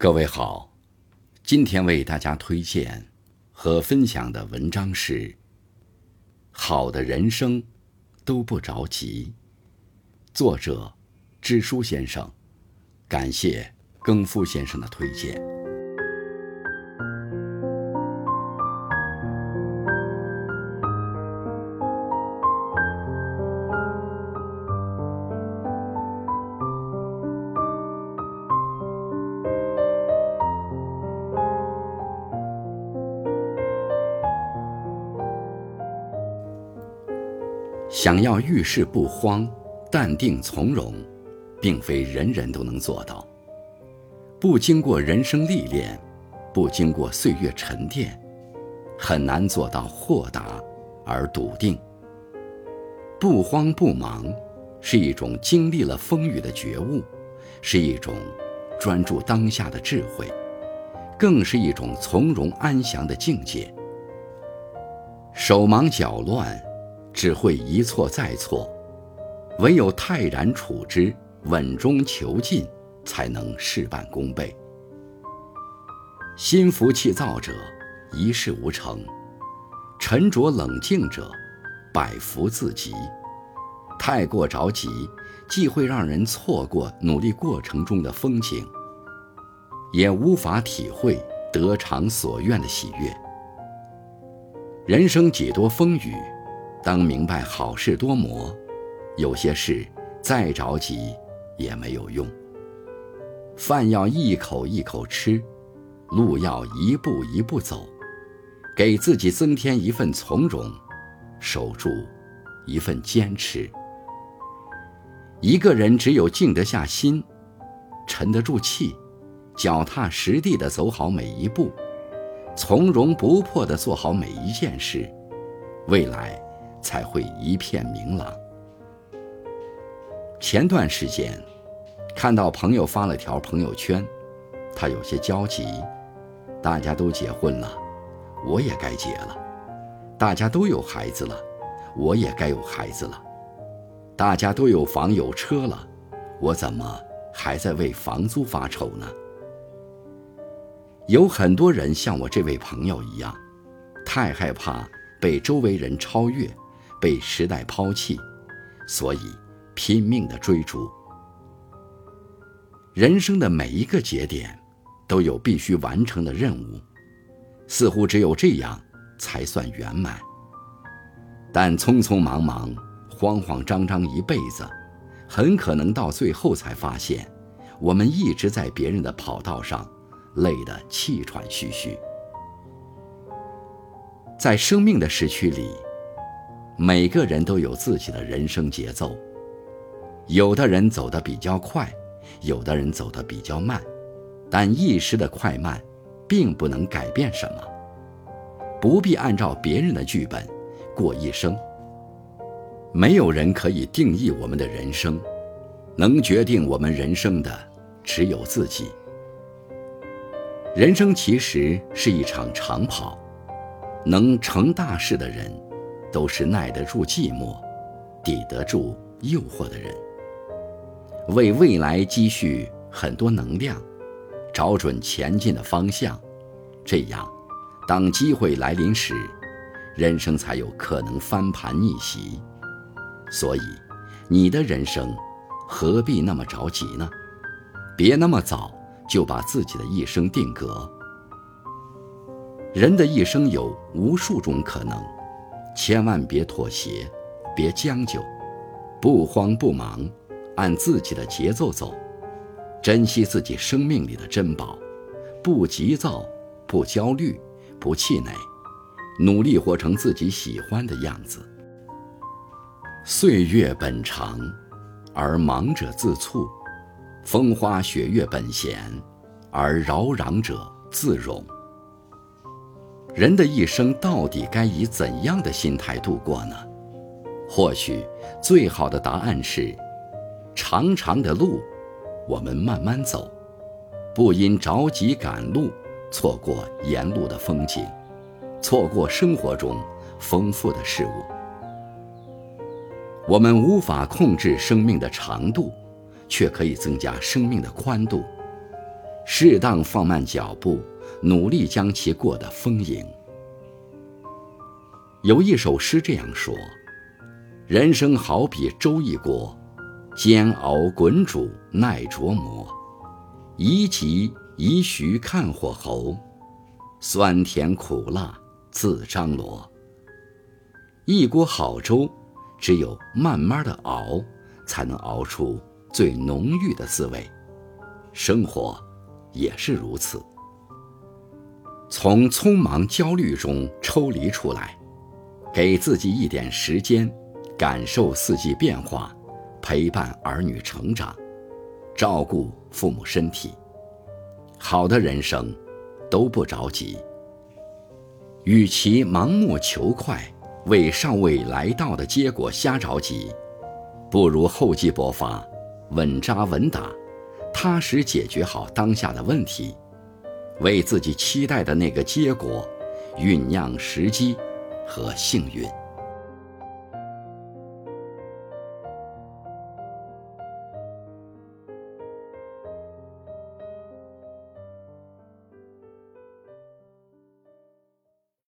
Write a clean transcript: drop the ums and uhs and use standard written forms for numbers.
各位好，今天为大家推荐和分享的文章是《好的人生都不着急》，作者支书先生，感谢更夫先生的推荐。想要遇事不慌，淡定从容，并非人人都能做到。不经过人生历练，不经过岁月沉淀，很难做到豁达而笃定。不慌不忙，是一种经历了风雨的觉悟，是一种专注当下的智慧，更是一种从容安详的境界。手忙脚乱，只会一错再错，唯有泰然处之，稳中求进，才能事半功倍。心浮气躁者，一事无成；沉着冷静者，百福自集。太过着急，既会让人错过努力过程中的风景，也无法体会得偿所愿的喜悦。人生几多风雨，当明白好事多磨，有些事再着急也没有用。饭要一口一口吃，路要一步一步走，给自己增添一份从容，守住一份坚持。一个人只有静得下心，沉得住气，脚踏实地地走好每一步，从容不迫地做好每一件事，未来才会一片明朗。前段时间看到朋友发了条朋友圈，他有些焦急。大家都结婚了，我也该结了；大家都有孩子了，我也该有孩子了；大家都有房有车了，我怎么还在为房租发愁呢？有很多人像我这位朋友一样，太害怕被周围人超越，被时代抛弃，所以拼命地追逐。人生的每一个节点都有必须完成的任务，似乎只有这样才算圆满。但匆匆忙忙，慌慌张张一辈子，很可能到最后才发现，我们一直在别人的跑道上，累得气喘吁吁。在生命的时区里，每个人都有自己的人生节奏，有的人走得比较快，有的人走得比较慢，但一时的快慢并不能改变什么，不必按照别人的剧本过一生。没有人可以定义我们的人生，能决定我们人生的只有自己。人生其实是一场长跑，能成大事的人都是耐得住寂寞，抵得住诱惑的人，为未来积蓄很多能量，找准前进的方向，这样当机会来临时，人生才有可能翻盘逆袭。所以你的人生何必那么着急呢？别那么早就把自己的一生定格。人的一生有无数种可能，千万别妥协，别将就，不慌不忙，按自己的节奏走，珍惜自己生命里的珍宝，不急躁，不焦虑，不气馁，努力活成自己喜欢的样子。岁月本长，而忙者自促；风花雪月本闲，而扰攘者自容。人的一生到底该以怎样的心态度过呢？或许最好的答案是，长长的路我们慢慢走，不因着急赶路错过沿路的风景，错过生活中丰富的事物。我们无法控制生命的长度，却可以增加生命的宽度。 适当放慢脚步，努力将其过得丰盈。有一首诗这样说：人生好比粥一锅，煎熬滚煮耐琢磨，宜急宜徐看火候，酸甜苦辣自张罗。一锅好粥，只有慢慢的熬，才能熬出最浓郁的滋味。生活也是如此，从匆忙焦虑中抽离出来，给自己一点时间，感受四季变化，陪伴儿女成长，照顾父母身体。好的人生都不着急，与其盲目求快，为尚未来到的结果瞎着急，不如厚积薄发，稳扎稳打，踏实解决好当下的问题，为自己期待的那个结果酝酿时机和幸运。